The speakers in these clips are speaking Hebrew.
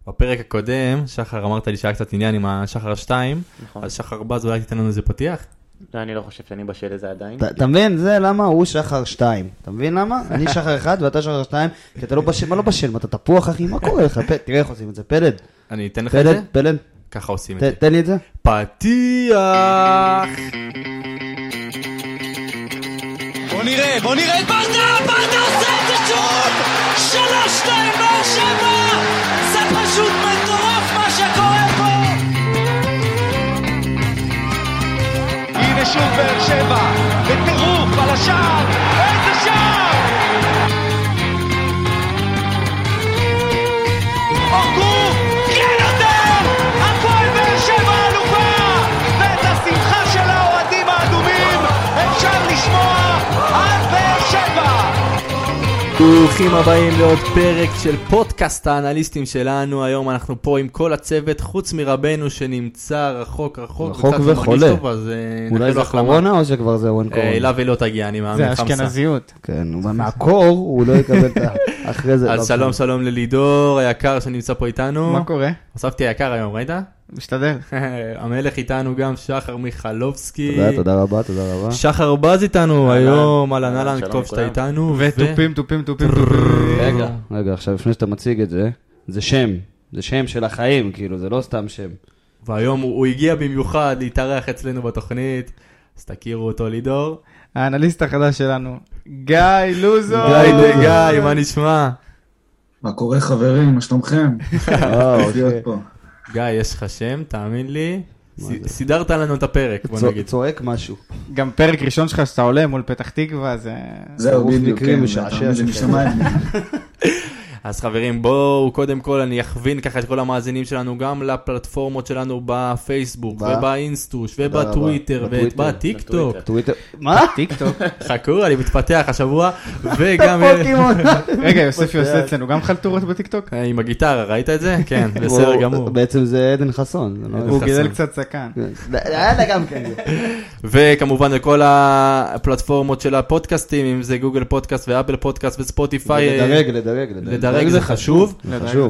בפרק הקודם, שחר אמרת לי שהיה קצת עניין עם השחר 2, אז שחר בז אולי תיתן לנו איזה פתיח? לא, אני לא חושב שאני בשל לזה עדיין. אתה מבין? זה למה הוא שחר 2. אתה מבין למה? אני שחר 1 ואתה שחר 2, כי אתה לא בשל, מה לא בשל? מה אתה תפוח אחי? מה קורה לך? תראה איך עושים את זה, פלד. אני אתן לך את זה? פלד. ככה עושים את זה. תן לי את זה. פתיח! בוא נראה את ברדה עושה את זה שוב! 3-2 באר שבע! זה פשוט מטורף מה שקורה פה! הנה שוב באר שבע, בטירוף על השער, איזה שער! אורגו, כן יותר! הפועל באר שבע אלופה! ואת השמחה של האוהדים האדומים אפשר לשמוע על באר שבע! ברוכים הבאים לעוד פרק של פודקאסט האנליסטים שלנו. היום אנחנו פה עם כל הצוות, חוץ מרבנו שנמצא רחוק וחולה. אולי זה קורונה או שכבר זה וואן קורונה? אליו היא לא תגיע, אני מאמין חמסה. זה אשכנזיות. כן, מהקור הוא לא יקבל את אחרי זה. אז שלום ללידור היקר שנמצא פה איתנו. מה קורה? הוספתי היקר היום, ראית? משתדל. המלך איתנו גם שחר מיכלובסקי. תודה רבה. שחר בז איתנו היום, אהלן, טוב שאתה איתנו. וטופים. רגע, עכשיו לפני שאתה מציג את זה, זה שם של החיים, כאילו, זה לא סתם שם. והיום הוא הגיע במיוחד להתארח אצלנו בתוכנית, אז תכירו אותו לידור. האנליסט החדש שלנו, גיא לוזון. גיא, מה נשמע? מה קורה חברים, מה שלומכם? גיא, יש לך שם, תאמין לי. סידרת לנו את הפרק, בוא נגיד. צועק משהו. גם פרק ראשון שלך שאתה עולה מול פתח תקווה, זה... זהו, בדיוק, זה משמע. אז חברים, בואו, קודם כל אני אכווין ככה את כל המאזינים שלנו, גם לפלטפורמות שלנו בפייסבוק, ובאינסטוש, ובטוויטר, ובטיקטוק. מה? טיקטוק. חכו, אני מתפתח השבוע, וגם... רגע, יוספי עושה אצלנו גם חלטורות בטיקטוק? עם הגיטרה, ראית את זה? כן, בסדר גמור. בעצם זה עדן חסון. הוא גידל קצת סקן. גם כן. וכמובן לכל הפלטפורמות של הפודקאסטים, אם זה גוגל פודקאסט ואפל פודקאסט וספוטיפיי. לדרג זה חשוב.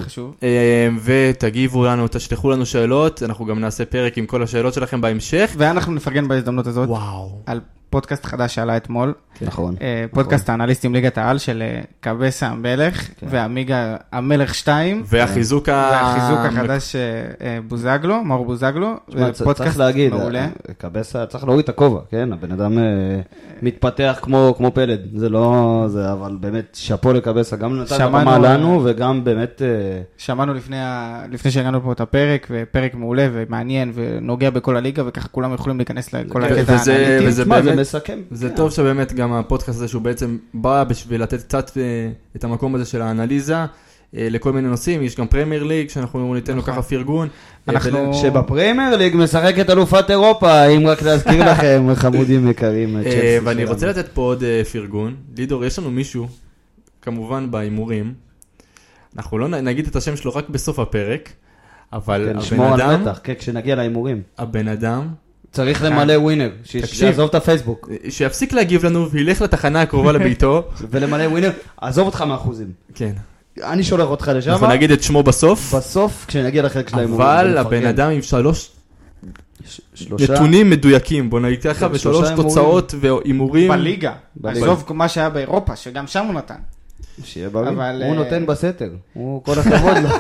ותגיבו לנו, תשלחו לנו שאלות, אנחנו גם נעשה פרק עם כל השאלות שלכם בהמשך. ואנחנו נפרגן בהזדמנות הזאת. וואו. על פודקאסט חדש שעלה אתמול. נכון. פודקאסט האנליסטים ליגת העל של קבסה המלך, ועמיגה המלך 2. והחיזוק החדש בוזגלו, מאור בוזגלו. צריך להגיד, קבסה, צריך להוריד את הכובע, כן? הבן אדם מתפתח כמו פלד. זה לא זה, אבל באמת שפו לקבסה, גם נתן במה לנו, וגם באמת... שמענו לפני שהגענו פה את הפרק, ופרק מעולה ומעניין, ונוגע בכל הליגה, וככה כולם יכולים להיכנס לכל הקטע האנליטי. זה טוב שבאמת גם הפודקאסט הזה שהוא בעצם בא בשביל לתת קצת את המקום הזה של האנליזה לכל מיני נושאים. יש גם פרמייר ליג שאנחנו ניתן לו ככה פרגון. שבפרמייר ליג משחקת אלופת אירופה, אם רק להזכיר לכם חמודים יקרים. ואני רוצה לתת פה עוד פרגון. לידור, יש לנו מישהו, כמובן באימורים, אנחנו לא נגיד את השם שלו רק בסוף הפרק, אבל הבן אדם, כשנגיע לאימורים, הבן אדם צריך למלא ווינר, שיעזוב את הפייסבוק. שיפסיק להגיב לנו וילך לתחנה הקרובה לביתו. ולמלא ווינר, עזוב אותך מאחוזים. כן. אני שולח אותך לשם. אנחנו נגיד את שמו בסוף. בסוף, כשנגיע לחלק של האימורים. אבל הבן אדם עם שלוש נתונים מדויקים, בוא נגיד ככה, ושלוש תוצאות ואימורים. בליגה. עזוב מה שהיה באירופה, שגם שם הוא נתן. שיהיה בריא. הוא נותן בסתר. הוא כל הכבוד לו.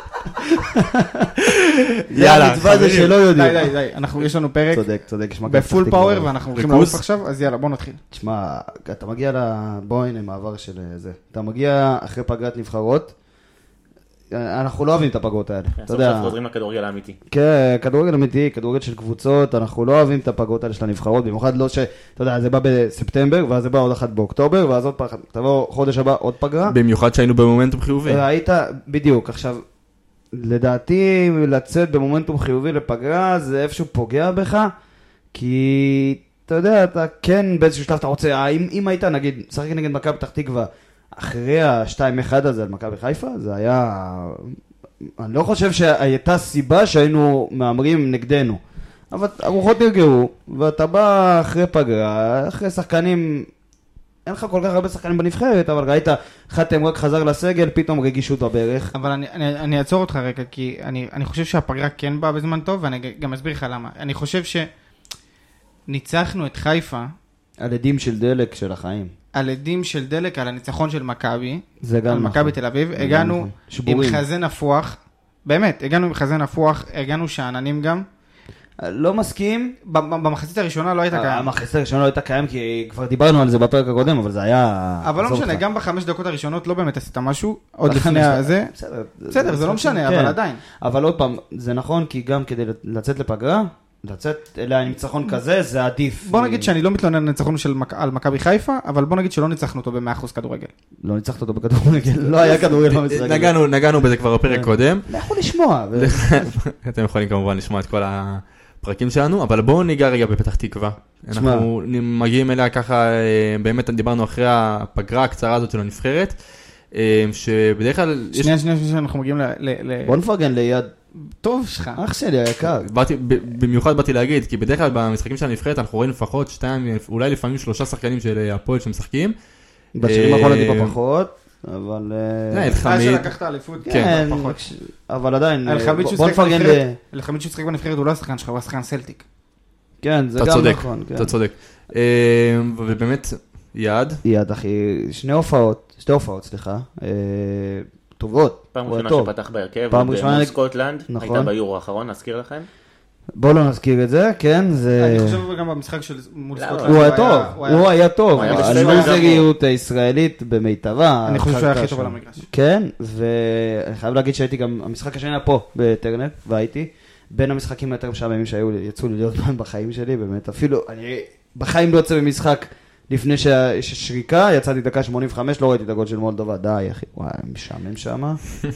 יאללה, המצווה זה שלא יודעים. די, יש לנו פרק צודק, בפול פאוור ואנחנו הולכים לעוף עכשיו, אז יאללה, בוא נתחיל. תשמע, אתה מגיע בוא הנה מעבר של זה, אתה מגיע אחרי פגרת נבחרות, אנחנו לא אוהבים את הפגרות האלה. סוף סוף חוזרים לכדורגל האמיתי. כן, כדורגל אמיתי, כדורגל של קבוצות, אנחנו לא אוהבים את הפגרות האלה של הנבחרות, במיוחד לא אתה יודע, זה בא בספטמבר, ואז זה בא עוד אחת באוקטובר, ואז עוד פעם, תבוא חודש הבא עוד פגרה. במיוחד שהיינו במומנטום חיובי. היית, בדיוק, עכשיו, לדעתי, לצאת במומנטום חיובי לפגרה, זה איפשהו פוגע בך, כי אתה יודע, אתה כן באיזשהו שלב אתה רוצה, אם היית נגיד, שחק נגד מכבי פתח תקווה, אחרי ה-2-1 הזה על מכבי חיפה, זה היה, אני לא חושב שהייתה סיבה שהיינו מאמרים נגדנו, אבל הרוחות נרגעו, ואתה בא אחרי פגרה, אחרי שחקנים אין לך כל כך הרבה שחקנים בנבחרת, אבל ראית, חתם רק חזר לסגל, פתאום רגישות בברך. אבל אני אעצור אותך רגע, כי אני חושב שהפגרה כן באה בזמן טוב, ואני גם אסביר לך למה. אני חושב שניצחנו את חיפה. על עדים של דלק של החיים. על עדים של דלק, על הניצחון של מכבי. זה גם על מכבי תל אביב. הגענו עם חזה נפוח. באמת, הגענו עם חזה נפוח, הגענו שעננים גם. לא מסכים. במחצית הראשונה לא הייתה קיים. המחצית הראשונה לא הייתה קיים, כי כבר דיברנו על זה בפרק הקודם, אבל זה היה... אבל לא משנה, גם ב5 דקות הראשונות לא באמת עשית משהו, עוד לפני הזה. בסדר, זה לא משנה, אבל עדיין. אבל עוד פעם, זה נכון, כי גם כדי לצאת לפגרה, לצאת אליה עם ניצחון כזה, זה עדיף. בוא נגיד שאני לא מתלונן על ניצחון על מכבי חיפה, אבל בוא נגיד שלא ניצחנו אותו ב100% כדורגל. לא ניצחת אותו בכדורגל, לא היה כדורגל במשחק. נגענו בזה כבר בפרק קודם. אנחנו לשמוע. אתם יכולים כמובן לשמוע את כל הפרקים שלנו, אבל בואו ניגע רגע בפתח תקווה. אנחנו מגיעים אליה ככה, באמת דיברנו אחרי הפגרה הקצרה הזאת של הנבחרת, שבדרך כלל... שנייה, אנחנו מגיעים בוא נפרגן ליד. טוב שלך. אח שלי היקר. במיוחד באתי להגיד, כי בדרך כלל במשחקים של הנבחרת אנחנו רואים לפחות 2, אולי לפעמים 3 שחקנים של הפועל שמשחקים. בשנים האחרונות טיפה פחות, אבל... שלקחת אליפות. כן, אבל עדיין, בוא נפרגן אלחמיד ששחק בנבחרת הוא לא השחקן שלך, הוא השחקן סלטיק. כן, זה גם נכון. אתה צודק. ובאמת, יעד, אחי, שתי הופעות, סליחה. טובות. פעם ראשונה שפתח בהרכב, מול סקוטלנד, הייתה ביורו האחרון, נזכיר לכם? בואו לא נזכיר את זה, כן, זה... אני חושב גם במשחק של מול סקוטלנד. הוא היה טוב, הלוזריות הישראלית במיטבה. אני חושב שהוא היה הכי טוב על המגרש. כן, ואני חייב להגיד שהייתי גם, המשחק השני היה פה בטרנר, והייתי בין המשחקים היותר משעממים שיצאו לי להיות בחיים שלי, באמת, אפילו, אני בחיים לא יוצא במשחק לפני ששריקה, יצאתי דקה 85, לא ראיתי את הגול של מולדובה, די אחי, וואי, משעמם שמה.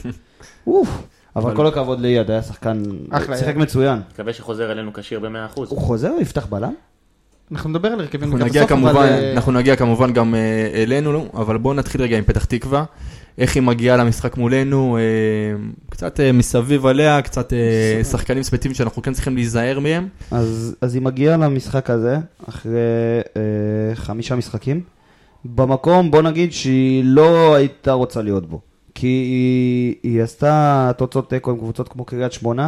אבל כל הכבוד ליד, היה שחקן, שיחק מצוין. מקווה שחוזר אלינו כשיר ב100%. הוא חוזר או יפתח בלם? אנחנו נדבר על הרכבים אנחנו נגיע כמובן גם אלינו, אבל בואו נתחיל רגע עם פתח תקווה. איך היא מגיעה למשחק מולנו, קצת מסביב עליה, קצת שחקנים ספציפיים שאנחנו כן צריכים להיזהר מהם. אז היא מגיעה למשחק הזה, אחרי 5 משחקים. במקום, בוא נגיד שהיא לא הייתה רוצה להיות בו. כי היא עשתה תוצאות תיקו עם קבוצות כמו קריית שמונה,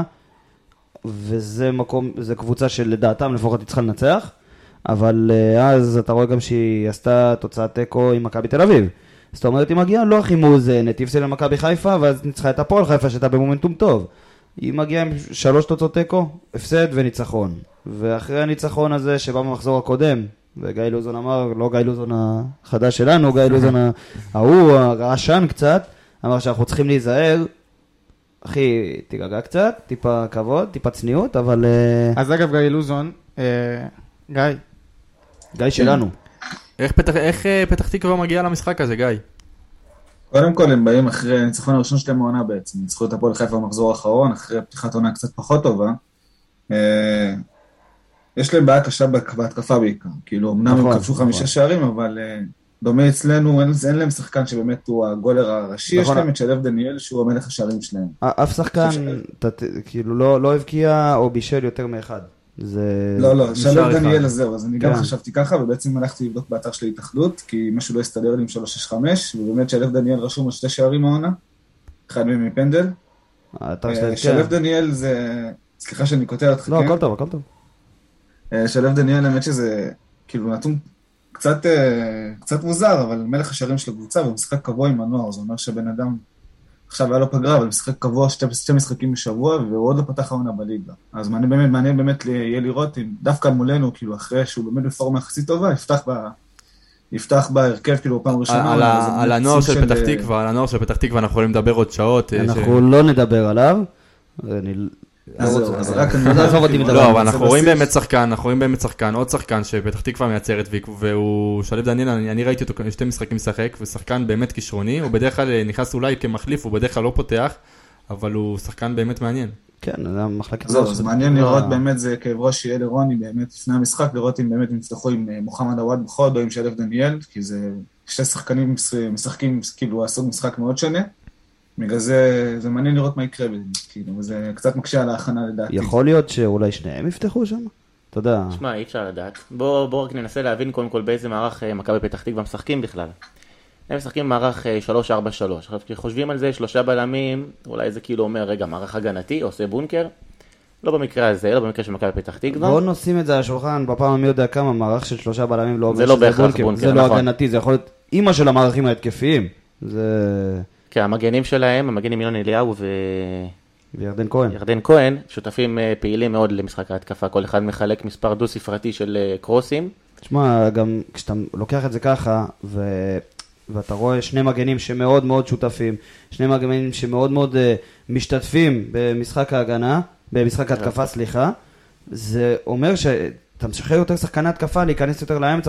וזה מקום, זה קבוצה שלדעתם לפחות היא צריכה לנצח, אבל אז אתה רואה גם שהיא עשתה תוצאת תיקו עם מכבי תל אביב. זאת אומרת, היא מגיעה לא הכי מאוזנת, היא הפסידה למכבי חיפה, ואז ניצחה את הפועל חיפה שהייתה במומנטום טוב. היא מגיעה עם 3 תוצאות תיקו, הפסד וניצחון. ואחרי הניצחון הזה שבא במחזור הקודם, וגיא לוזון אמר, לא גיא לוזון החדש שלנו, גיא לוזון ההוא, הרעשן קצת, אמר שאנחנו צריכים להיזהר, אחי, תירגע קצת, טיפה כבוד, טיפה צניעות, אבל... אז אגב, גיא לוזון, גיא שלנו. איך פתח תקווה מגיעה למשחק הזה, גיא? קודם כל הם באים אחרי הניצחון הראשון שלהם העונה בעצם, ניצחו את הפועל חיפה במחזור האחרון, אחרי פתיחת עונה קצת פחות טובה. יש להם בעיה קשה בהתקפה בעיקר, כאילו אמנם הם כבשו 5 שערים, אבל דומה אצלנו, אין להם שחקן שבאמת הוא הגולר הראשי, יש להם את שלב דניאל שהוא המלך השערים שלהם. אף שחקן כאילו לא הבקיע או בישל יותר מאחד. לא, שלב דניאל זהו, אז אני גם חשבתי ככה, ובעצם הלכתי לבדוק באתר של ההתאחדות, כי משהו לא הסתדר לי עם 365, ובאמת שלב דניאל רשום על 2 שערים העונה, אחד מהם מפנדל. שלב דניאל זה, סליחה שאני קוטע אותך. לא, הכל טוב. שלב דניאל, האמת שזה כאילו נתון קצת מוזר, אבל מלך השערים של הקבוצה, והוא משחק קבוע עם הנוער, זה אומר שבן אדם, עכשיו היה לו פגרה, אבל משחק קבוע 2 משחקים בשבוע, והוא עוד לא פתח העונה בליגה. אז מעניין באמת יהיה לראות, אם דווקא מולנו, כאילו אחרי שהוא באמת בפורמה יחסית טובה, יפתח בהרכב, כאילו פעם ראשונה. על הנוער של פתח תקווה, אנחנו יכולים לדבר עוד שעות. אנחנו לא נדבר עליו, לא, אבל אנחנו רואים באמת שחקן, עוד שחקן שפתח תקווה מייצרת, והוא שלב דניאל, אני ראיתי אותו 2 משחקים משחק, ושחקן באמת כישרוני, הוא בדרך כלל נכנס אולי כמחליף, הוא בדרך כלל לא פותח, אבל הוא שחקן באמת מעניין. כן, זה המחלקת. זה מעניין לראות באמת, זה כאב ראש שיהיה לרוני באמת לפני המשחק, לראות אם באמת הם יצטרכו עם מוחמד עווד בחוד, או עם שלב דניאל, כי זה 2 שחקנים משחקים, כאילו הסוג משחק מאוד שונה. בגלל זה מעניין לראות מה יקרה, כאילו, וזה קצת מקשה על ההכנה לדעתי. יכול להיות שאולי שניהם יפתחו שם? אתה יודע. שמע, אי אפשר לדעת. בוא רק ננסה להבין קודם כל באיזה מערך מכבי פתח תקווה משחקים בכלל. הם משחקים מערך 3-4-3. עכשיו, כשחושבים על זה, 3 בלמים, אולי זה כאילו אומר, רגע, מערך הגנתי, עושה בונקר. לא במקרה הזה, לא במקרה של מכבי פתח תקווה. בואו נשים את זה על השולחן, בפעם מי יודע כמה, מערך של 3 בלמים לא אומר שזה בונקר. זה לא הגנתי, זה יכול להיות אימא של המערכים ההתקפיים. זה... כן, המגנים שלהם, המגנים ינון אליהו וירדן כהן. ירדן כהן, שותפים פעילים מאוד למשחק ההתקפה, כל אחד מחלק מספר דו-ספרתי של קרוסים. תשמע, גם כשאתה לוקח את זה ככה, ואתה רואה שני מגנים שמאוד מאוד שותפים, שני מגנים שמאוד מאוד משתתפים במשחק ההגנה, במשחק ההתקפה, סליחה, זה אומר שאתה משחרר יותר שחקני התקפה, להיכנס יותר לאמצע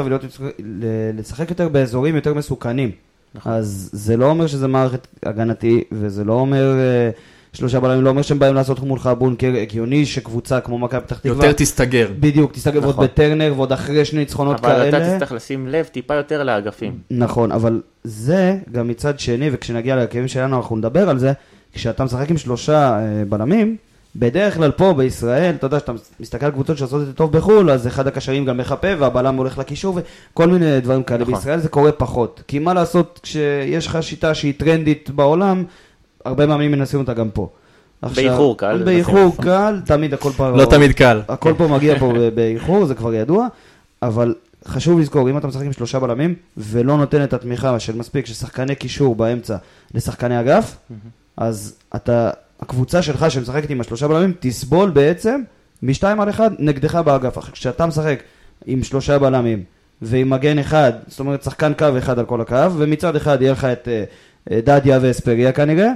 ולשחק יותר באזורים יותר מסוכנים. אז זה לא אומר שזה מערכת הגנתי, וזה לא אומר... 3 בלמים לא אומר שהם באים לעשות מולך בונקר הגיוני שקבוצה כמו מכבי פתח תקווה יותר תסתגר. בדיוק, תסתגר ועוד בטרנר ועוד אחרי 2 ניצחונות כאלה. אבל אתה תצטרך לשים לב טיפה יותר לאגפים. נכון, אבל זה גם מצד שני, וכשנגיע להרכבים שלנו אנחנו נדבר על זה, כשאתה משחק עם 3 בלמים, בדרך כלל פה בישראל, אתה יודע שאתה מסתכל על קבוצות שעושות את זה טוב בחול, אז אחד הקשרים גם מחפה והבלם הולך לקישור וכל מיני דברים כאלה. בישראל זה קורה פחות, כי מה לעשות כשיש לך שיטה שהיא טרנדית בעולם, הרבה מאמנים מנסים אותה גם פה. באיחור קל. באיחור קל, תמיד הכל פה... לא תמיד קל. הכל פה מגיע פה באיחור, זה כבר ידוע, אבל חשוב לזכור, אם אתה משחק עם 3 בלמים, ולא נותן את התמיכה של מספיק, ששחקני קישור באמצע לשחקני אגף, אז הקבוצה שלך שמשחקת עם 3 בלמים, תסבול בעצם מ2-1 נגדך באגף. כשאתה משחק עם 3 בלמים, ועם מגן אחד, זאת אומרת שחקן קו אחד על כל הקו, ומצד אחד יהיה לך את... דדיה ואספריה כנראה,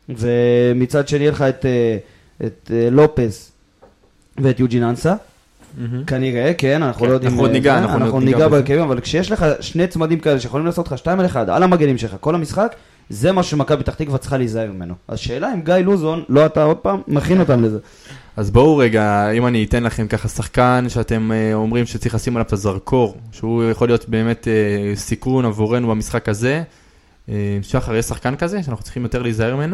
ומצד שני יהיה לך את לופס ואת יוג'ין אנסה, כנראה, כן, אנחנו לא יודעים, אנחנו ניגע בהרכבים, אבל כשיש לך 2 צמדים כאלה שיכולים לעשות לך 2-1 על המגנים שלך, כל המשחק, זה מה שמכבי פתח תקווה צריכה להיזהר ממנו. אז שאלה אם גיא לוזון, לא אתה עוד פעם, מכין אותם לזה. אז בואו רגע, אם אני אתן לכם ככה שחקן שאתם אומרים שצריך לשים עליו את הזרקור, שהוא יכול להיות באמת סיכון עבורנו במשחק הזה, שחר, יש שחקן כזה שאנחנו צריכים יותר להיזהר ממנו?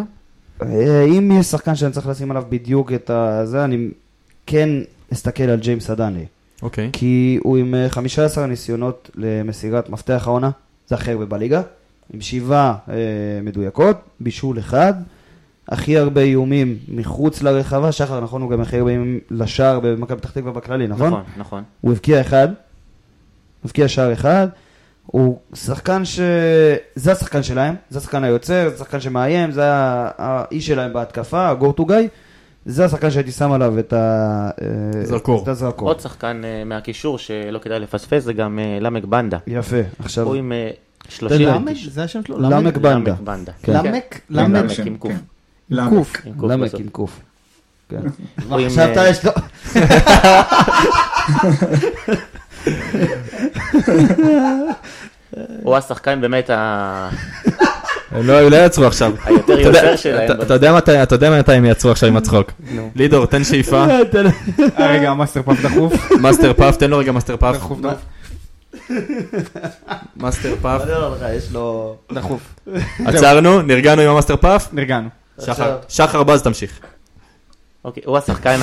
אם יש שחקן שאני צריך לשים עליו בדיוק את זה, אני כן אסתכל על ג'יימס אדני. אוקיי. כי הוא עם 15 ניסיונות למסירת מפתח העונה, זה אחר בליגה, עם 7 מדויקות, בישול 1, הכי הרבה איומים מחוץ לרחבה, שחר, נכון, הוא גם הכי הרבה איומים לשער במכבי פתח תקווה בכללי, נכון? נכון, נכון. הוא הבקיע שער 1, הוא שחקן זה השחקן שלהם, זה השחקן היוצר, זה השחקן שמאיים, זה האיש שלהם בהתקפה, הגורטוגאי, זה השחקן שהייתי שם עליו את הזרקור. עוד שחקן מהקישור שלא כדאי לפספס, זה גם למק בנדה. יפה, עכשיו... הוא עם 30... זה השם שלו? למק בנדה. למק עם קוף. למק עם קוף. עכשיו אתה יש לו... הוא השחקן באמת הם לא יעצרו עכשיו. היותר יוצר שלהם. אתה יודע מתי הם יעצרו עכשיו עם הצחוק. לידור, תן שאיפה. רגע, מאסטר פאף דחוף. מאסטר פאף, תן לו רגע מאסטר פאף. דחוף. מאסטר פאף. יש לו... דחוף. עצרנו, נרגענו עם המאסטר פאף. נרגענו. שחר בז, תמשיך. אוקיי, הוא השחקן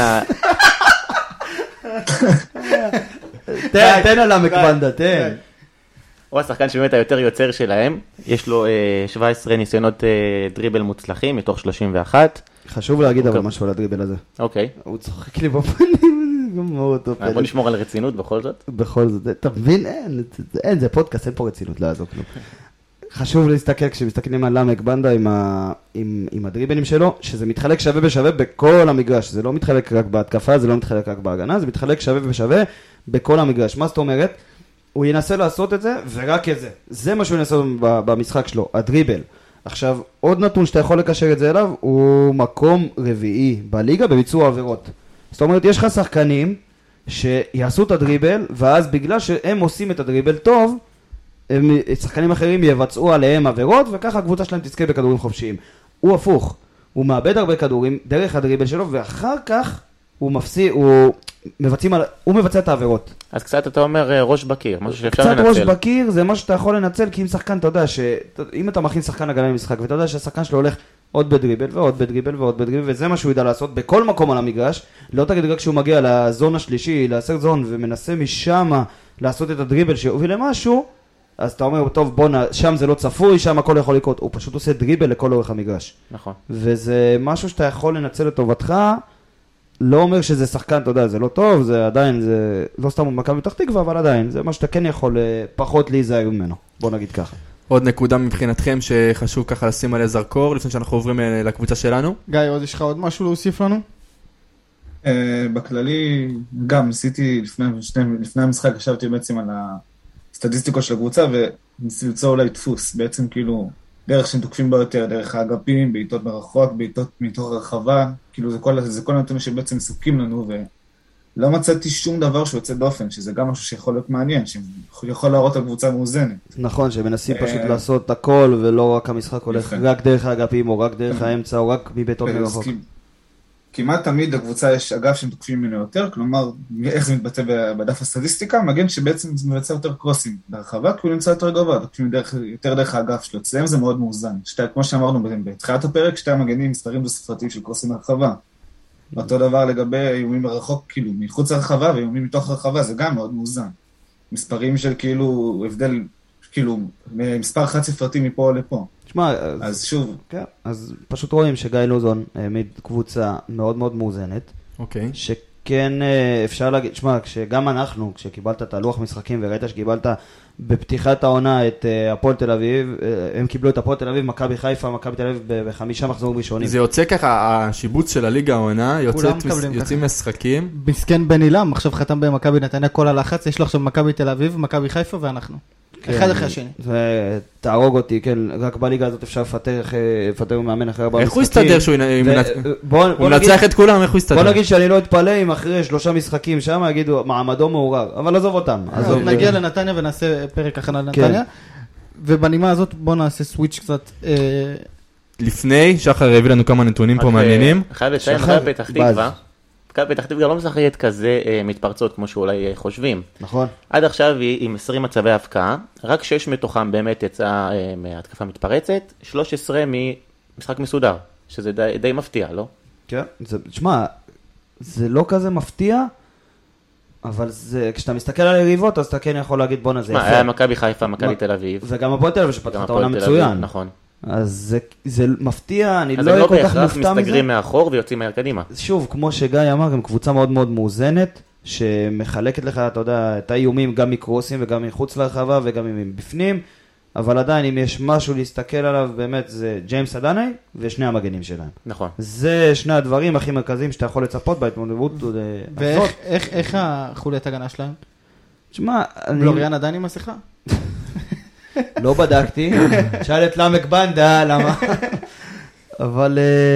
תן על המקבנדה, תן. הוא השחקן שבאמת היותר יוצר שלהם, יש לו 17 ניסיונות דריבל מוצלחים מתוך 31. חשוב להגיד אבל משהו על הדריבל הזה. אוקיי. הוא צוחק לי בפנים, בוא נשמור על רצינות בכל זאת. בכל זאת, אתה מבין? אין, זה פודקאסט, אין פה רצינות לעזור כלום. חשוב להסתכל כשמסתכלים על למק בנדה עם הדריבלים שלו, שזה מתחלק שווה בשווה בכל המגרש, זה לא מתחלק רק בהתקפה, זה לא מתחלק רק בהגנה, זה מתחלק שווה בשווה בכל המגרש. מה זאת אומרת? הוא ינסה לעשות את זה, ורק את זה. זה מה שהוא ינסה במשחק שלו, הדריבל. עכשיו, עוד נתון שאתה יכול לקשר את זה אליו, הוא מקום רביעי בליגה בביצוע עבירות. זאת אומרת, יש לך שחקנים שיעשו את הדריבל, ואז בגלל שהם עושים את הדריבל טוב, שחקנים אחרים יבצעו עליהם עבירות, וככה הקבוצה שלהם תזכה בכדורים חופשיים. הוא הפוך, הוא מאבד הרבה כדורים דרך הדריבל שלו, ואחר כך הוא מבצע את העבירות. אז קצת אתה אומר ראש בקיר, משהו שאפשר לנצל. קצת ראש בקיר זה משהו שאתה יכול לנצל, כי אם שחקן, אתה יודע, אם אתה מכין שחקן הגנה למשחק, ואתה יודע שהשחקן שלו הולך עוד בדריבל ועוד בדריבל ועוד בדריבל, וזה מה שהוא ידע לעשות בכל מקום על המגרש. לא תגיד רק כשהוא מגיע לזון השלישי, לעשר זון, ומנסה משם לעשות את הדריבל שיוביל למשהו, אז אתה אומר, טוב, בוא, שם זה לא צפוי, שם הכל יכול לקרות. הוא פשוט עושה דריבל לכל אורך המגרש. נכון. וזה משהו שאתה יכול לנצל לטובתך, לא אומר שזה שחקן, אתה יודע, זה לא טוב, זה עדיין, זה לא סתם מכבי פתח תקווה, אבל עדיין, זה מה שאתה כן יכול פחות להיזהר ממנו. בוא נגיד ככה. עוד נקודה מבחינתכם שחשוב ככה לשים עליה זרקור, לפני שאנחנו עוברים לקבוצה שלנו. גיא, עוד יש לך עוד משהו להוסיף לנו? בכללי, גם ניסיתי לפני המשחק, ישבתי בעצם על הסטטיסטיקות של הקבוצה, וניסיתי ליצור אולי דפוס, בעצם כאילו, דרך שהם תוקפים בה יותר, דרך האגפים, בעיטות מרחוק, בעיטות מתוך הרחבה, כאילו זה כל הנתונים שבעצם מספקים לנו, ולא מצאתי שום דבר שהוא יוצא דופן, שזה גם משהו שיכול להיות מעניין, שיכול להראות על קבוצה מאוזנת. נכון, שמנסים פשוט לעשות הכל, ולא רק המשחק הולך רק דרך האגפים, או רק דרך האמצע, או רק מבעיטות מרחוק. כמעט תמיד לקבוצה יש אגף שהם תוקפים ממנו יותר, כלומר, איך זה מתבטא בדף הסטטיסטיקה, מגן שבעצם זה מבצע יותר קרוסים ברחבה, כי הוא נמצא יותר גבוה, תוקפים יותר דרך האגף שלו, אצלם זה מאוד מאוזן. כמו שאמרנו בתחילת הפרק, שתי המגנים מספרים בספרתיים של קרוסים ברחבה. אותו דבר לגבי איומים מרחוק, כאילו, מחוץ לרחבה ואיומים מתוך הרחבה, זה גם מאוד מאוזן. מספרים של כאילו, הבדל, כאילו, מספר חד ספרתי מפה או לפה. תשמע, אז שוב. כן, אז פשוט רואים שגיא לוזון העמיד קבוצה מאוד מאוד מאוזנת. אוקיי. שכן אפשר להגיד, תשמע, כשגם אנחנו, כשקיבלת את הלוח משחקים וראית שקיבלת בפתיחת העונה את הפועל תל אביב, הם קיבלו את הפועל תל אביב, מכבי חיפה, מכבי תל אביב ב5 מחזורים ראשונים. זה יוצא ככה, השיבוץ של הליגה העונה, יוצאים משחקים. מסכן בן אילם, עכשיו חתם במכבי נתניה כל הלחץ, יש לו עכשיו מכבי תל אביב, מכבי חיפה ואנחנו. אחד אחרי השני. ותהרוג אותי, כן, רק בליגה הזאת אפשר לפטר מאמן אחרי 4 משחקים. איך הוא יסתדר שהוא מנצח את כולם, איך הוא יסתדר? בוא נגיד שאני לא אתפלא אם אחרי 3 משחקים שם יגידו מעמדו מעורר, אבל עזוב אותם. נגיע לנתניה ונעשה פרק הכנה לנתניה, ובנימה הזאת בוא נעשה סוויץ' קצת. לפני, שחר הביא לנו כמה נתונים פה מעניינים. חייב לציין, מכבי פתח תקווה. מכבי פתח תקווה לא משחקת כזה מתפרצות כמו שאולי חושבים. נכון. עד עכשיו היא עם 20 מצבי הפקעה, רק 6 מתוכם באמת יצא מהתקפה מתפרצת, 13 ממשחק מסודר, שזה די מפתיע, לא? כן, תשמע, זה לא כזה מפתיע, אבל כשאתה מסתכל על היריבות, אז אתה כן יכול להגיד בוא נזה. היה מכבי חיפה, מכבי תל אביב. וגם הפועל תל אביב שפתח את העונה מצוין. נכון. אז זה מפתיע, אני אז לא הם לא כל כך מופתע בהכרח מזה. מסתגרים מאחור ויוצאים מהר קדימה. שוב, כמו שגיא אמר, גם קבוצה מאוד מאוד מאוזנת, שמחלקת לך, אתה יודע, את האיומים גם מקרוסים וגם מחוץ לרחבה וגם מבפנים, אבל עדיין אם יש משהו להסתכל עליו, באמת זה ג'יימס אדני ושני המגנים שלהם. נכון. זה שני הדברים הכי מרכזיים שאתה יכול לצפות בהתמודדות הזאת. ואיך החוליית הגנה שלהם? תשמע, בלוריאן עדיין עם מסכה? לא בדקתי, שאל את למק בנדה, למה? אבל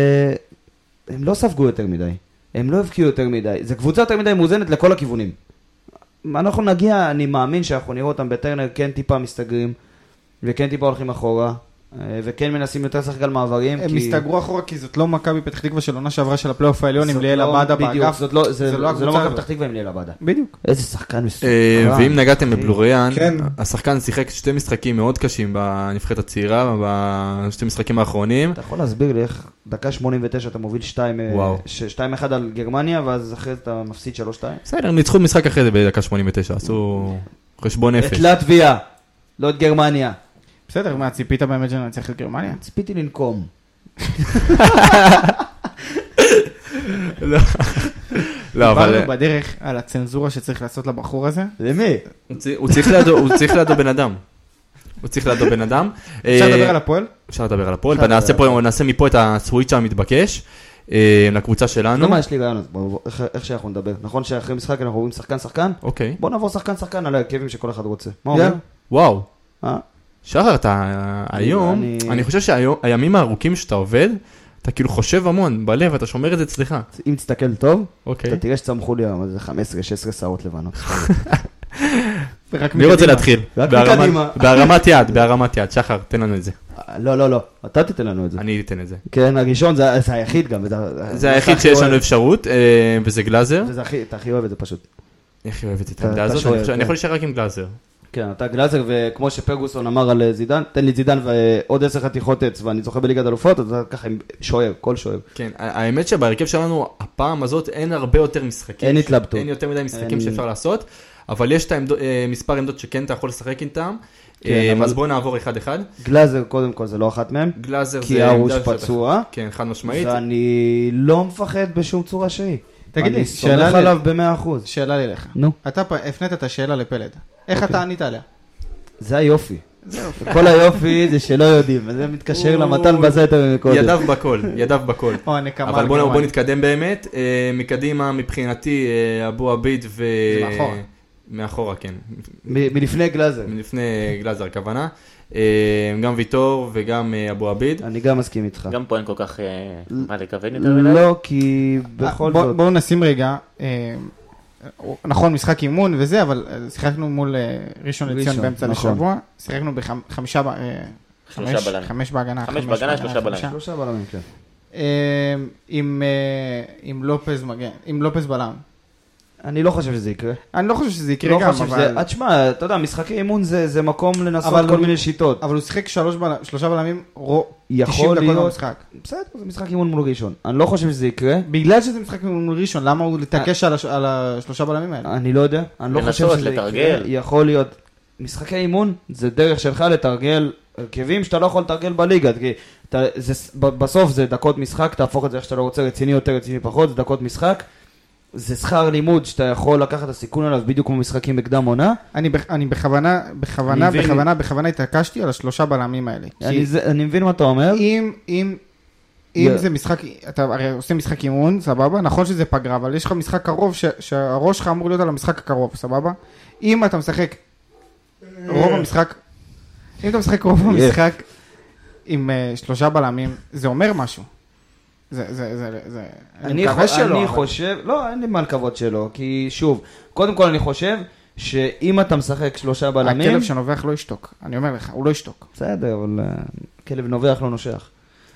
הם לא ספגו יותר מדי, הם לא הבקיעו יותר מדי, זה קבוצה יותר מדי מאוזנת לכל הכיוונים. אנחנו נגיע, אני מאמין שאנחנו נראה אותם בטרנר כן טיפה מסתגרים, וכן טיפה הולכים אחורה, וכן מנסים יותר לשחק על מעברים. הם מסתגרו אחורה כי זאת לא מכבי פתח תקווה של עונה שעברה של הפלייאוף העליון עם ליאל עבדה באגף. זה לא מכבי פתח תקווה עם ליאל עבדה. בדיוק. איזה שחקן מסתגר. ואם נגעתם בבלוריאן, השחקן שיחק 2 משחקים מאוד קשים בנבחרת הצעירה, בשתי משחקים האחרונים. אתה יכול להסביר לי איך דקה 89 אתה מוביל 2-1 על גרמניה, ואז אחרי זה אתה מפסיד 3-2? בסדר, ניצחו משחק אחרי זה בדקה 89, עשו חשבון נפש. את לטביה, לא את גרמניה. בסדר, מה, ציפית באמת שנצליח את גרמניה? ציפיתי לנקום. לא, אבל... דיברנו בדרך על הצנזורה שצריך לעשות לבחור הזה. למי? הוא צריך לידו בן אדם. אפשר לדבר על הפועל? אפשר לדבר על הפועל, ונעשה מפה את הסוויץ' המתבקש לקבוצה שלנו. לא מה, יש לי רעיון, איך שאנחנו נדבר. נכון שאחרי משחק אנחנו רואים שחקן? אוקיי. בוא נעבור שחקן על ההרכבים שכל אחד רוצה. מה אומר? וואו. שחר, אתה היום, אני חושב שהימים הארוכים שאתה עובד, אתה כאילו חושב המון בלב, אתה שומר את זה אצלך. אם תסתכל טוב, אוקיי. אתה תראה שצמחו לי היום, זה 15-16 שערות לבנות. מי רוצה להתחיל? בהרמת יד, שחר, תן לנו את זה. לא, אתה תיתן לנו את זה. אני אתן את זה. כן, הראשון זה היחיד גם. זה היחיד שיש לנו אפשרות, וזה גלאזר. אתה הכי אוהב את זה פשוט. איך אוהב את העמדה הזאת? אני יכול להישאר רק עם גלאזר. כן, אתה גלאזר, וכמו שפרגוסון אמר על זידן, תן לי זידן ועוד 10 חתיכות עץ, ואני זוכה בליגת אלופות, אז ככה עם שוער, כל שוער. כן, האמת שבהרכב שלנו, הפעם הזאת אין הרבה יותר משחקים. אין התלבטות. אין יותר מדי משחקים שאפשר לעשות, אבל יש מספר עמדות שכן אתה יכול לשחק איתם, אז בואו נעבור אחד-אחד. גלאזר, קודם כל, זה לא אחת מהם. גלאזר זה... כי ארוש פצוע. כן, חד משמעית. ואני לא מפחד בשום צורה שהיא. תגיד לי, אני סומך עליו ב100%. שאלה לי לך. נו. אתה הפנית את השאלה לפלד. איך אתה ענית עליה? זה היופי. כל היופי זה שלא יודעים, וזה מתקשר למתן בזה יותר מקודם. ידיו בכל. אבל בואו נתקדם באמת. מקדימה מבחינתי אבו עביד ו... זה מאחורה. מאחורה, כן. מלפני גלאזר. מלפני גלאזר, הכוונה. גם ויטור וגם אבו עביד. אני גם מסכים איתך. גם פה אין כל כך מה לכוון יותר מדי. לא, כי בכל זאת... בואו נשים רגע, נכון, משחק אימון וזה, אבל שיחקנו מול ראשון לציון באמצע לשבוע, שיחקנו בחמישה, 5 בהגנה. 5 בהגנה, 3 בלמים. 3 בלמים, כן. עם לופז מגן, עם לופז בלם. אני לא חושב שזה יקרה. אני לא חושב שזה יקרה גם, אבל... תשמע, אתה יודע, משחקי אימון זה מקום לנסות כל מיני שיטות. אבל הוא שיחק 3 בלמים 90 יכול דקות להיות... במשחק. בסדר, זה משחק אימון מול ראשון. אני לא חושב שזה יקרה. בגלל שזה משחק מול ראשון, למה הוא לתקש על 3 בלמים האלה? אני לא יודע. אני לא חושב שזה יקרה. יכול להיות... משחקי אימון זה דרך שלך לתרגל הרכבים שאתה לא יכול לתרגל בליגה. כי בסוף זה דקות משחק, תהפוך את זה איך שאתה לא רוצה, רציני יותר, רציני פחות, זה דקות משחק. זה שכר לימוד שאתה יכול לקחת את הסיכון עליו בדיוק כמו משחקים בקדם עונה. אני בכוונה התעקשתי על 3 בלמים האלה. אני מבין מה אתה אומר. אם זה משחק, אתה הרי עושה משחק אימון, סבבה, נכון שזה פגרה, אבל יש לך משחק קרוב שהראש שלך אמור להיות על המשחק הקרוב, סבבה? אם אתה משחק רוב המשחק עם 3 בלמים, זה אומר משהו. אני חושב, לא, אין לי מה לקוות שלו, כי שוב, קודם כל אני חושב שאם אתה משחק 3 בלמים... הכלב שנובח לא ישתוק, אני אומר לך, הוא לא ישתוק. בסדר, אבל כלב נובח לא נושך.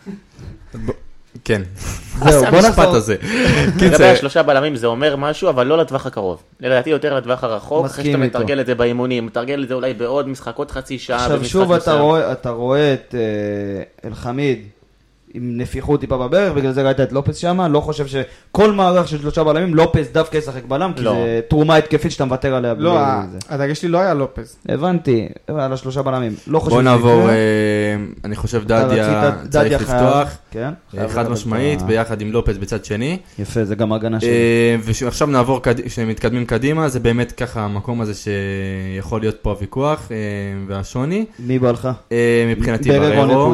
כן. זהו, בוא נחזור. לגבי 3 בלמים זה אומר משהו, אבל לא לטווח הקרוב. לדעתי יותר לטווח הרחוק, אחרי שאתה מתרגל את זה באימונים, מתרגל את זה אולי בעוד משחק, עוד חצי שעה. עכשיו שוב אתה רואה את אלחמיד, עם נפיחות טיפה בברך, בגלל זה ראית את לופס שם, לא חושב שכל מערך של 3 בלמים, לופס דווקא ישחק בלם, כי זה תרומה התקפית שאתה מוותר עליה. לא, הדגש שלי לא היה לופס. הבנתי, על 3 בלמים, לא חושב בוא נעבור, אני חושב דדיה צריך לפתוח, חד משמעית, ביחד עם לופס בצד שני. יפה, זה גם הגנה שלי. ועכשיו נעבור, כשמתקדמים קדימה, זה באמת ככה המקום הזה שיכול להיות פה הוויכוח והשוני. מי בא לך? מבחינתי בררו.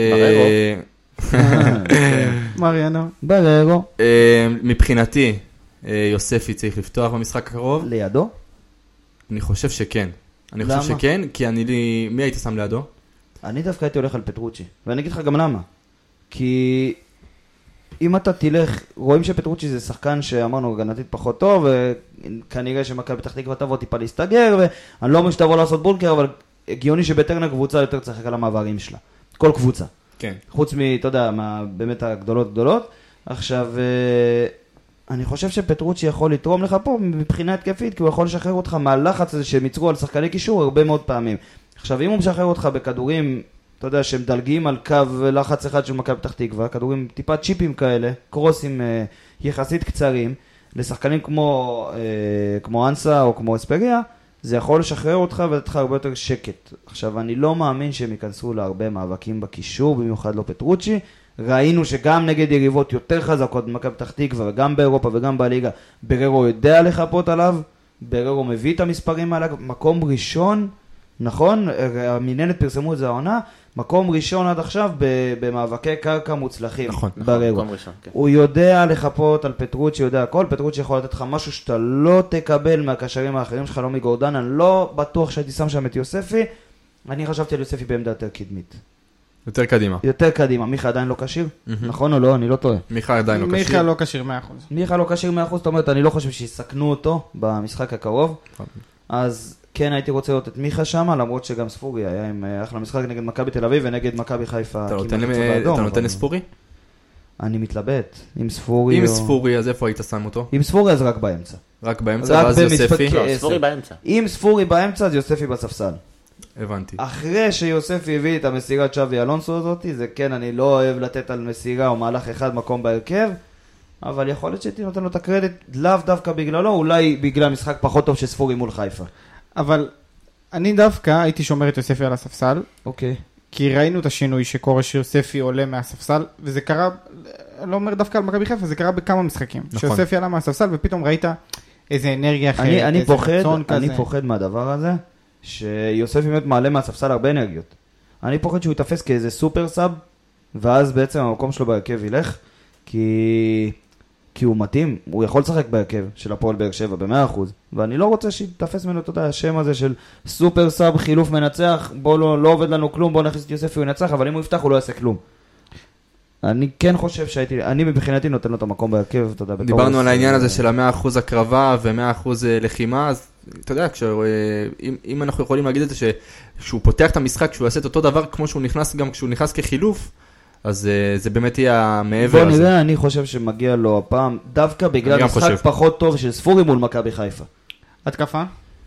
מריאנו. בררו. מבחינתי, יוספי צריך לפתוח במשחק הקרוב. לידו? אני חושב שכן. אני חושב שכן, כי מי היית שם לידו? אני דווקא הייתי הולך על פטרוצ'י, ואני אגיד לך גם למה. כי אם אתה תלך, רואים שפטרוצ'י זה שחקן שאמרנו הגנתית פחות טוב, וכנראה שמכבי פתח תקווה תבוא טיפה להסתגר, ואני לא אומר שתבוא לעשות בונקר, אבל הגיוני שבטרנר קבוצה יותר צחק על המעברים שלה. כל קבוצה. כן. חוץ אתה יודע, באמת הגדולות. עכשיו, אני חושב שפטרוצ'י יכול לתרום לך פה מבחינה התקפית, כי הוא יכול לשחרר אותך מהלחץ הזה שהם ייצרו על שחקני קישור הרבה מאוד פעמים. עכשיו, אם הוא משחרר אותך בכדורים, אתה יודע, שהם דלגים על קו לחץ אחד של מכבי פתח תקווה, כדורים טיפה צ'יפים כאלה, קרוסים יחסית קצרים, לשחקנים כמו אנסה או כמו אספריה, זה יכול לשחרר אותך ולתת לך הרבה יותר שקט. עכשיו, אני לא מאמין שהם ייכנסו להרבה מאבקים בקישור, במיוחד לא פטרוצ'י. ראינו שגם נגד יריבות יותר חזקות במכבי פתח תקווה, וגם באירופה וגם בליגה, בררו יודע לחפות עליו, בררו מביא את המספרים עליו, מקום ראשון, נכון? המינהלת פרסמו את זה העונה, מקום ראשון עד עכשיו במאבקי קרקע מוצלחים. נכון, בררו. מקום ראשון, כן. הוא יודע לחפות על פטרוצ'י, יודע הכל, פטרוצ'י יכול לתת לך משהו שאתה לא תקבל מהקשרים האחרים שלך, לא מגורדן, אני לא בטוח שהייתי שם שם את יוספי, אני חשבתי על יוספי בעמדה יותר קדמית. יותר קדימה, מיכה עדיין לא קשיר, נכון או לא? אני לא טועה. מיכה עדיין לא קשיר. מיכה לא קשיר 100%. מיכה לא קשיר 100%, זאת אומרת, אני לא חושב שיסכנו אותו במשחק הקרוב, אז כן הייתי רוצה לראות את מיכה שם, למרות שגם ספורי היה עם אחלה משחק נגד מכבי תל אביב ונגד מכבי חיפה. אתה נותן לספורי? אני מתלבט, עם ספורי. עם ספורי, אז איפה היית שם אותו? עם ספורי אז רק באמצע. רק באמצע, ואז יוספי. ספורי באמצע. אם ספורי באמצע, אז יוספי בספסל. הבנתי. אחרי שיוספי הביא את המסירת שווי אלונסו הזאת, זה כן, אני לא אוהב לתת על מסירה או מהלך אחד מקום בהרכב, אבל יכול להיות שהייתי נותן לו את הקרדיט לאו דווקא בגללו, אולי בגלל משחק פחות טוב של ספורי מול חיפה. אבל אני דווקא הייתי שומר את יוספי על הספסל, אוקיי. כי ראינו את השינוי שקורה שיוספי עולה מהספסל, וזה קרה, אני לא אומר דווקא על מכבי חיפה, זה קרה בכמה משחקים. נכון. שיוספי עלה מהספסל ופתאום ראית איזה אנרגיה אחרת, אני פוחד מהדבר הזה, שיוספי באמת מעלה מהספסל הרבה אנרגיות. אני פוחד שהוא יתפס כאיזה סופר סאב, ואז בעצם המקום שלו בהרכב ילך, כי הוא מתאים, הוא יכול לשחק בהרכב של הפועל באר שבע ב100%, ואני לא רוצה שיתפס ממנו, אתה יודע, השם הזה של סופר סאב, חילוף מנצח, בוא לא עובד לנו כלום, בוא נכניס את יוספי, הוא ינצח, אבל אם הוא יפתח הוא לא יעשה כלום. אני כן חושב אני מבחינתי נותן לו את המקום בהרכב, אתה יודע, דיברנו על העניין הזה של ה100% הקרבה ו100% לחימה, אז אתה יודע, אם אנחנו יכולים להגיד את זה שהוא פותח את המשחק, שהוא יעשה את אותו דבר כמו שהוא נכנס, גם כשהוא נכנס כחילוף, אז זה באמת יהיה מעבר הזה. בוא נראה, אני חושב שמגיע לו הפעם, דווקא בגלל משחק פחות טוב של ספורי מול מכבי חיפה. התקפה?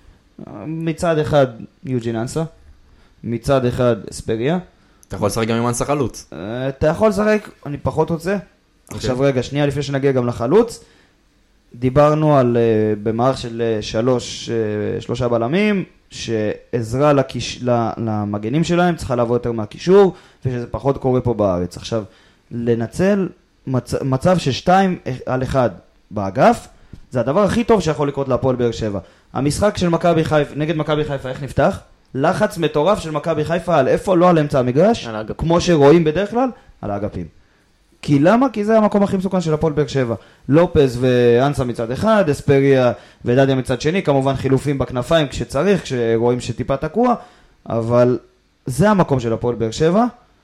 מצד אחד יוג'ין אנסה, מצד אחד אספריה. אתה יכול לשחק גם עם אנסה חלוץ. אתה יכול לשחק, אני פחות רוצה. עכשיו רגע, שנייה לפני שנגיע גם לחלוץ. דיברנו על במערך של 3 בלמים, שעזרה למגנים שלהם צריכה לעבור יותר מהקישור, ושזה פחות קורה פה בארץ. עכשיו, לנצל מצב של 2-1 באגף, זה הדבר הכי טוב שיכול לקרות להפועל באר שבע. המשחק של מכבי חיפה, נגד מכבי חיפה, איך נפתח? לחץ מטורף של מכבי חיפה על איפה? לא על אמצע המגרש, כמו שרואים בדרך כלל, על האגפים. כי למה? כי זה המקום הכי מסוכן של הפועל באר שבע. לופז ואנסה מצד אחד, אספריה ודדיה מצד שני, כמובן חילופים בכנפיים כשצריך, כשרואים שטיפה תקוע, אבל זה המקום של הפועל באר שבע,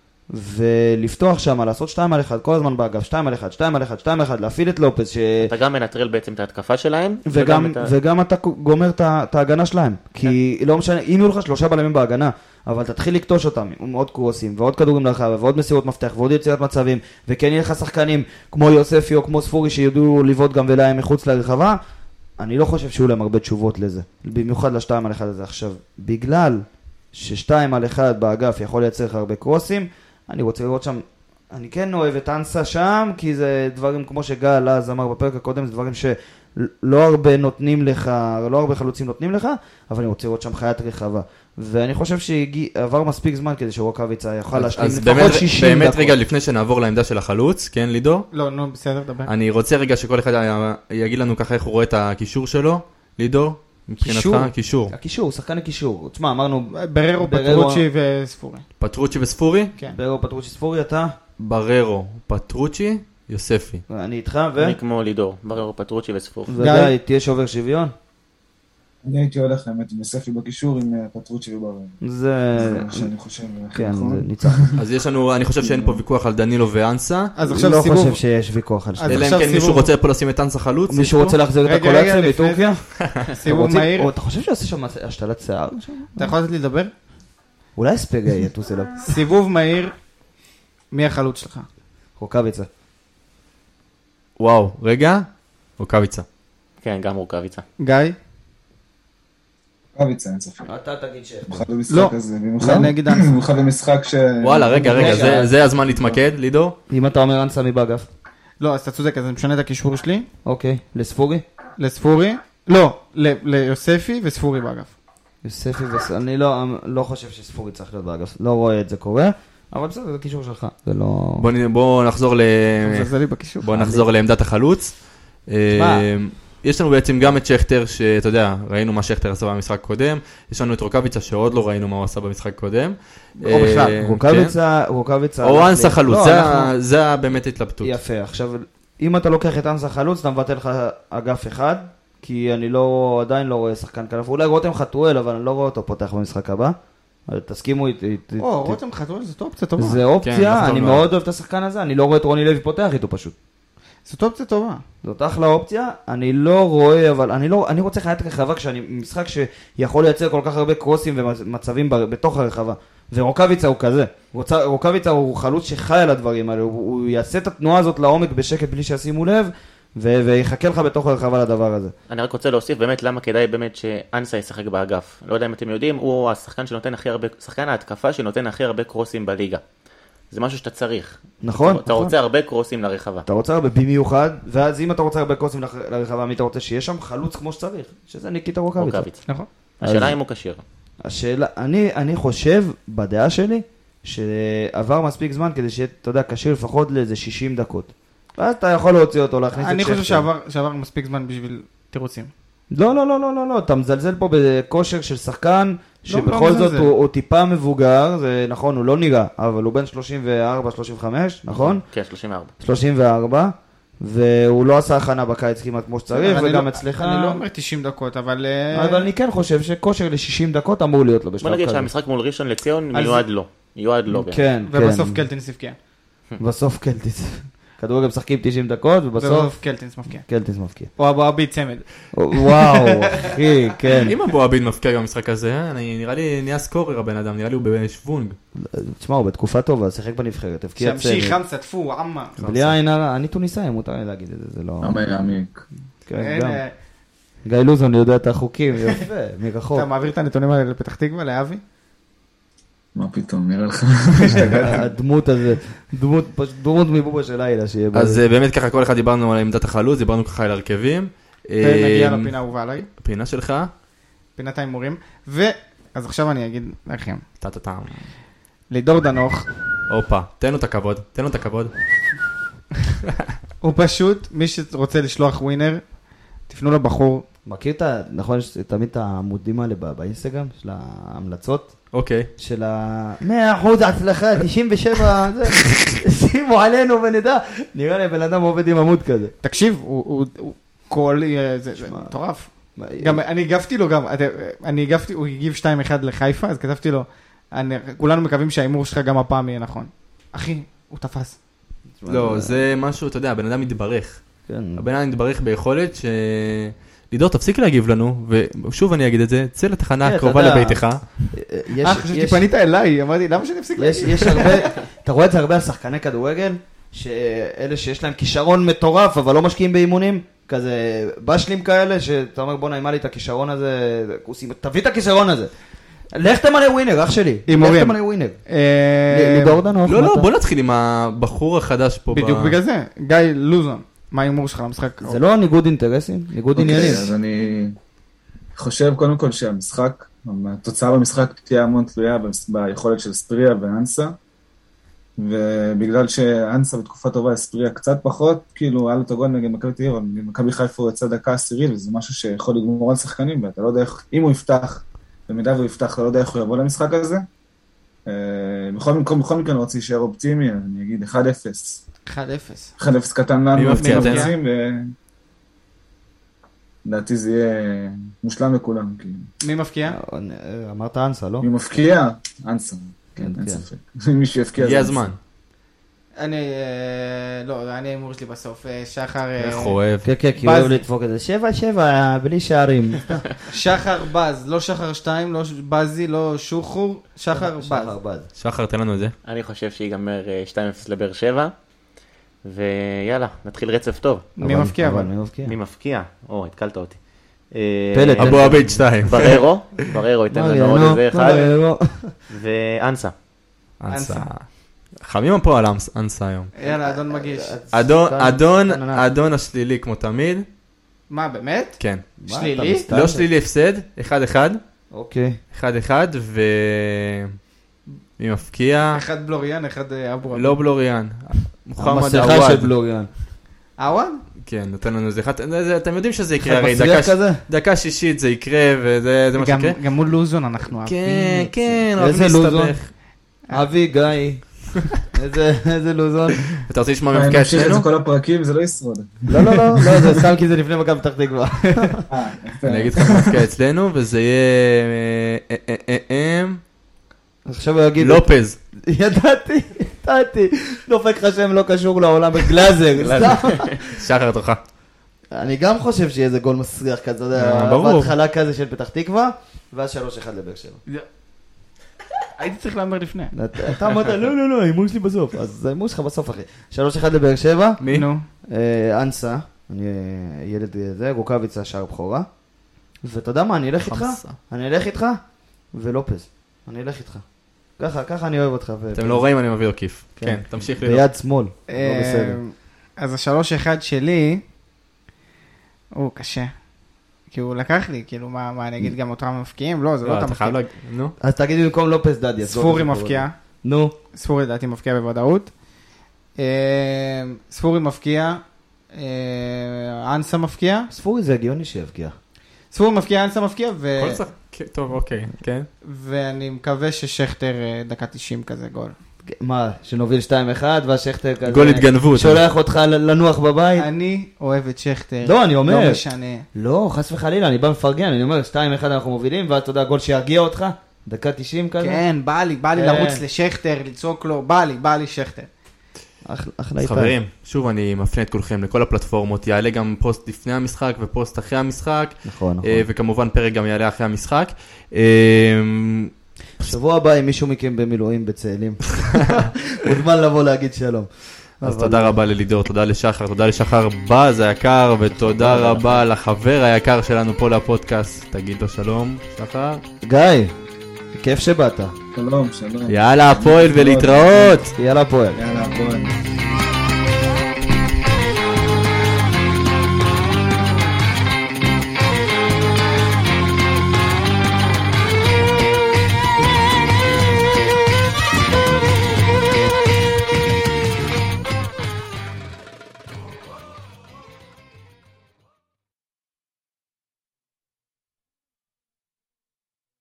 ולפתוח שם, לעשות 2-1, כל הזמן באגף, 2-1, 2-1, 2-1, להפעיל את לופז. אתה גם מנטרל בעצם את ההתקפה שלהם, וגם אתה גומר את ההגנה שלהם. כי לא משנה, אם יהיו לך 3 בלמים בהגנה, אבל תתחיל לקטוש אותם עם עוד קרוסים, ועוד כדורים לרחבה, ועוד מסירות מפתח, ועוד יצירת מצבים, וכן יהיה לך שחקנים כמו יוספי או כמו ספורי שידעו לבעוט גם ולהם מחוץ לרחבה, אני לא חושב שיהיו להם הרבה תשובות לזה. במיוחד ל2-1 הזה. עכשיו, בגלל ש2-1 באגף יכול לייצר לך הרבה קרוסים, אני רוצה לראות שם, אני כן אוהב את אנסה שם, כי זה דברים כמו שגל אז אמר בפרק הקודם, זה דברים שלא הרבה נותנים לך, לא הרבה חלוצים נותנים לך, אבל אני רוצה לראות שם חיית רחבה. ואני חושב שעבר מספיק זמן כדי שרוקאביצה יוכל להשלים לפחות 60 דקות. באמת רגע לפני שנעבור לעמדה של החלוץ, כן לידו? לא, בסדר, דבר. אני רוצה רגע שכל אחד יגיד לנו ככה איך הוא רואה את הקישור שלו, לידו, מבחינתך, קישור. הקישור, שחקן הקישור. תשמע, אמרנו בררו, פטרוצ'י וספורי. פטרוצ'י וספורי? כן. בררו, פטרוצ'י, ספורי, אתה? בררו, פטרוצ'י, יוספי. אני איתך אני כמו לידור, בררו, פטרוצ'י וספורי. ודאי, תהיה שובר שוויון? אני הייתי הולך האמת עם יוספי בקישור עם פטרוצ'י ובררו. זה מה שאני חושב. כן, זה ניצח. אז יש לנו, אני חושב שאין פה ויכוח על דנילו ואנסה. אז עכשיו לא סיבוב. חושב שיש ויכוח על שני. אלא אם כן מישהו רוצה פה לשים את אנסה חלוץ. מישהו רוצה להחזיר את הקולציה מטורקיה? סיבוב מהיר. אתה חושב שעושה שם השתלת שיער? אתה יכול לתת לי לדבר? אולי ספגה יטוס אליו. סיבוב מהיר, מי החלוץ שלך? רוקאביצה. וואו, רגע, רוקאביצה. כן, גם רוקאביצה. גיא? רוקאביצה, אין ספק. אתה תגיד שכן. במיוחד במשחק הזה, במיוחד במשחק ש... וואלה, רגע, זה הזמן להתמקד, לידו. אם אתה אומר אנסה מבאגף. לא, אז אתה צודק, אז אני משנה את הקישור שלי. אוקיי, לספורי? לספורי? לא, ליוספי וספורי באגף. יוספי וספורי, אני לא חושב שספורי צריך להיות באגף. לא רואה את זה קורה, אבל בסדר, זה קישור שלך. זה לא... בוא נחזור לעמדת החלוץ. יש לנו בעצם גם את שכטר, שאתה יודע, ראינו מה שכטר עשה במשחק קודם, יש לנו את רוקאביצה שעוד לא ראינו מה הוא עשה במשחק קודם. או בכלל, רוקאביצה... או אנסה חלוץ, זה באמת התלבטות. יפה, עכשיו, אם אתה לוקח את אנסה חלוץ, אתה מבטל לך אגף אחד, כי אני עדיין לא רואה שחקן כנף, אולי רותם חתואל, אבל אני לא רואה אותו פותח במשחק הבא. תסכימו איתי. רותם חתואל, זאת אופציה טובה. זה אופציה, אני מאוד אוהב את השחקן הזה, אני לא רואה את רוני לוי פותח איתו פשוט. זאת אופציה טובה. זאת אחלה אופציה, אני לא רואה, אבל אני רוצה חיית רחבה כשאני משחק שיכול לייצר כל כך הרבה קרוסים ומצבים בתוך הרחבה. ורוקאביצה הוא כזה. רוקאביצה הוא חלוץ שחי על הדברים האלה, הוא יעשה את התנועה הזאת לעומק בשקט בלי שישימו לב, ויחכה לך בתוך הרחבה לדבר הזה. אני רק רוצה להוסיף באמת למה כדאי באמת שאנסה ישחק באגף. לא יודע אם אתם יודעים, הוא השחקן שנותן הכי הרבה, שחקן ההתקפה שנותן הכי הרבה קרוסים בליגה. זה משהו שאתה צריך. נכון. אתה רוצה הרבה קרוסים לרחבה. אתה רוצה הרבה במיוחד, ואז אם אתה רוצה הרבה קרוסים לרחבה, מי אתה רוצה שיש שם חלוץ כמו שצריך, שזה ניקיטה רוקאביץ. נכון. השאלה אם הוא כשיר. השאלה, אני חושב, בדעה שלי, שעבר מספיק זמן כדי שיהיה, אתה יודע, כשיר לפחות לאיזה 60 דקות. ואז אתה יכול להוציא אותו, להכניס את אני שכטר. חושב שעבר מספיק זמן בשביל תירוצים. לא, אתה מזלזל פה בכושר של שחקן, שבכל זאת הוא טיפה מבוגר, זה נכון, הוא לא נראה, אבל הוא בן 34-35, נכון? כן, 34. 34, והוא לא עשה הכנה בקיץ כמעט כמו שצריך, וגם אצלך. אני לא אומר 90 דקות, אבל אני כן חושב שכושר ל-60 דקות אמור להיות לו בשלב בוא נגיד כזה. שהמשחק מול ראשון לציון מיועד לו. כן, ובסוף קלטינס הבקיע. בסוף קלטיס. כדורגל משחקים 90 דקות, ובסוף קלטינס מבקיע. קלטיס מבקיע. או אבו עביד צמד. וואו, אחי, כן. אם אבו עביד מפקיע במשחק הזה, נראה לי נהיה סקורר הבן אדם, נראה לי הוא בשוונג. תשמע, הוא בתקופה טובה, שיחק בנבחרת, הבקיע צמד. שהמשיך חמסה, טפו, עמה. בלי עין הרע, אני טוניסאי, מותר לי להגיד את זה, זה לא... למה יעמיק? כן, גם. גיא לוזון יודע את החוקים, יפה, מרחוק. אתה מעביר את הנתונים האלה לפתח תקווה, לאבי? מה פתאום, נראה לך. הדמות הזה, דמות מבובה של לילה שיהיה בזה. אז באמת ככה כל אחד דיברנו על עמדת החלוץ, דיברנו ככה על הרכבים. ונגיע לפינה אהובה עליי, פינה שלך. פינת ההימורים. אז עכשיו אני אגיד לכם. טה-טה-טם. לידור דנוך, הופה, תן לו את הכבוד. הוא פשוט, מי שרוצה לשלוח ווינר, תפנו לבחור. מכיר נכון, תמיד את העמודים האלה באינסטגרם, של ההמלצות? אוקיי. של 100% הצלחה, 97, שימו עלינו ונדע. נראה לי בן אדם עובד עם עמוד כזה. תקשיב, הוא כל... זה מטורף. גם אני הגבתי לו, הוא הגיב 2-1 לחיפה, אז כתבתי לו, כולנו מקווים שהאימור שלך גם הפעם יהיה נכון. אחי, הוא תפס. לא, זה משהו, אתה יודע, הבן אדם מתברך. הבן אדם מתברך ביכולת ש... לידור, תפסיק להגיב לנו, ושוב אני אגיד את זה, צא לתחנה הקרובה לביתך. חשבתי פנית אליי, אמרתי, למה שאני אפסיק להגיב? יש הרבה, אתה רואה את זה הרבה על שחקני כדורגל, שאלה שיש להם כישרון מטורף, אבל לא משקיעים באימונים, כזה בשלים כאלה, שאתה אומר בוא נעימה לי את הכישרון הזה, תביא את הכישרון הזה. לך תמלא ווינר, אח שלי. לך תמלא ווינר. לידור דנוך. לא, בוא נתחיל עם הבחור החדש פה. בדיוק בגלל זה, גיא לוזון. מה ההימור שלך למשחק? זה לא ניגוד אינטרסים, ניגוד עניינים. אז אני חושב קודם כל שהמשחק, התוצאה במשחק תהיה המון תלויה ביכולת של ספריה ואנסה, ובגלל שאנסה בתקופה טובה הספריה קצת פחות, כאילו היה לו את הגול נגד מכבי תל אביב, מכבי חיפה הוא יצא דקה עשירית, וזה משהו שיכול לגמור על שחקנים, ואתה לא יודע איך, אם הוא יפתח, במידה והוא יפתח, אתה לא יודע איך הוא יבוא למשחק הזה. בכל מקרה אני רוצה להישאר אופטימי, אני אגיד 1-0. 1-0. 1-0 קטן לנו. מי מפתיע אותנו? לדעתי זה יהיה מושלם לכולם. מי מפקיע? אמרת אנסה, לא? מי מפקיע? אנסה. כן, אין ספק. מי שיפקיע הגיע הזמן. אני ההימור שלי בסוף, שחר... איך אוהב. כן, כי הוא אוהב לדפוק את זה. 7-7, בלי שערים. שחר בז, לא שחר 2, לא בזי, לא שוחור, שחר בז. שחר, תן לנו את זה. אני חושב שיגמר 2-0 לבאר שבע, ויאללה, נתחיל רצף טוב. מי מפקיע? מי מפקיע? התקלת אותי. אבו עביד 2. בררו ייתן לנו עוד איזה אחד. ואנסה. אנסה. חמים פה על אנסה היום. יאללה, אדון מגיש. אדון השלילי כמו תמיד. מה, באמת? כן. שלילי? לא שלילי, הפסד. 1-1. אוקיי. 1-1 מי מפקיע? אחד בלוריאן, אחד אבו עביד. לא בלוריאן. מוחמד המסכה של עוואד. בלוריאן. עוואד? כן, נותן לנו איזה אחד. אתם יודעים שזה יקרה, הרי דקה שישית זה יקרה, וזה מה שיקרה. גם מול לוזון אנחנו כן, כן, איזה לוזון? אבי, גיא. איזה לוזון. אתה רוצה לשמוע מבקיע אצלנו? נמשיך את זה כל הפרקים, זה לא ישרוד. לא, זה סתם כי זה לפני מכבי פתח תקווה. אני אגיד לך מבקיע אצלנו, וזה יהיה... עכשיו הוא יגיד... לופז. ידעתי. דופק לך שם לא קשור לעולם בגלאזר. שחר תורך. אני גם חושב שיהיה איזה גול מסריח כזה, אתה יודע, בהתחלה כזה של פתח תקווה, ואז 3-1 לבאר שבע. הייתי צריך להמר לפני. אתה אמרת, לא, האימון שלי בסוף. אז האימון שלך בסוף, אחי. 3-1 לבאר שבע. מי? נו. אנסה. אני ילד זה, רוקאביצה שער בכורה. ואתה יודע מה, אני אלך איתך, ולופז. אני אלך איתך. ככה אני אוהב אותך. אתם לא רואים, אני מביא לו כיף. כן, תמשיך לראות. ביד שמאל, לא בסדר. אז ה3-1 שלי, הוא קשה. כי הוא לקח לי, כאילו, מה אני אגיד גם אותם מפקיעים? לא, זה לא אותם מפקיעים. נו. אז תגידי במקום לופז דדיה. ספורי מפקיע. נו. ספורי לדעתי מפקיע בוודאות. ספורי מפקיע. אנסה מפקיע. ספורי זה הגיוני שיפקיע. ספורי מפקיע, אנסה מפקיע, טוב, אוקיי, כן. ואני מקווה ששכטר דקה 90 כזה גול. מה, שנוביל 2-1 והשכטר כזה... גול התגנבות. שולח אותך לנוח בבית? אני אוהב את שכטר. לא, אני אומר. לא משנה. לא, חס וחלילה, אני בא מפרגן, אני אומר, 2-1 אנחנו מובילים, ואתה יודע, גול שירגיע אותך, דקה 90 כזה. כן, בא לי לרוץ לשכטר, לצעוק לו, בא לי שכטר. אחלה איתה. חברים, שוב אני מפנה את כולכם לכל הפלטפורמות, יעלה גם פוסט לפני המשחק ופוסט אחרי המשחק. נכון. וכמובן פרק גם יעלה אחרי המשחק. שבוע הבא, אם מישהו מכם במילואים בצאלים, מוזמן לבוא להגיד שלום. אז תודה רבה ללידור, תודה לשחר, תודה לשחר בז היקר, ותודה רבה לחבר היקר שלנו פה לפודקאסט. תגיד לו שלום, שחר. גיא, כיף שבאת. שלום. יאללה, הפועל ולהתראות. יאללה, הפועל. יאללה, הפועל.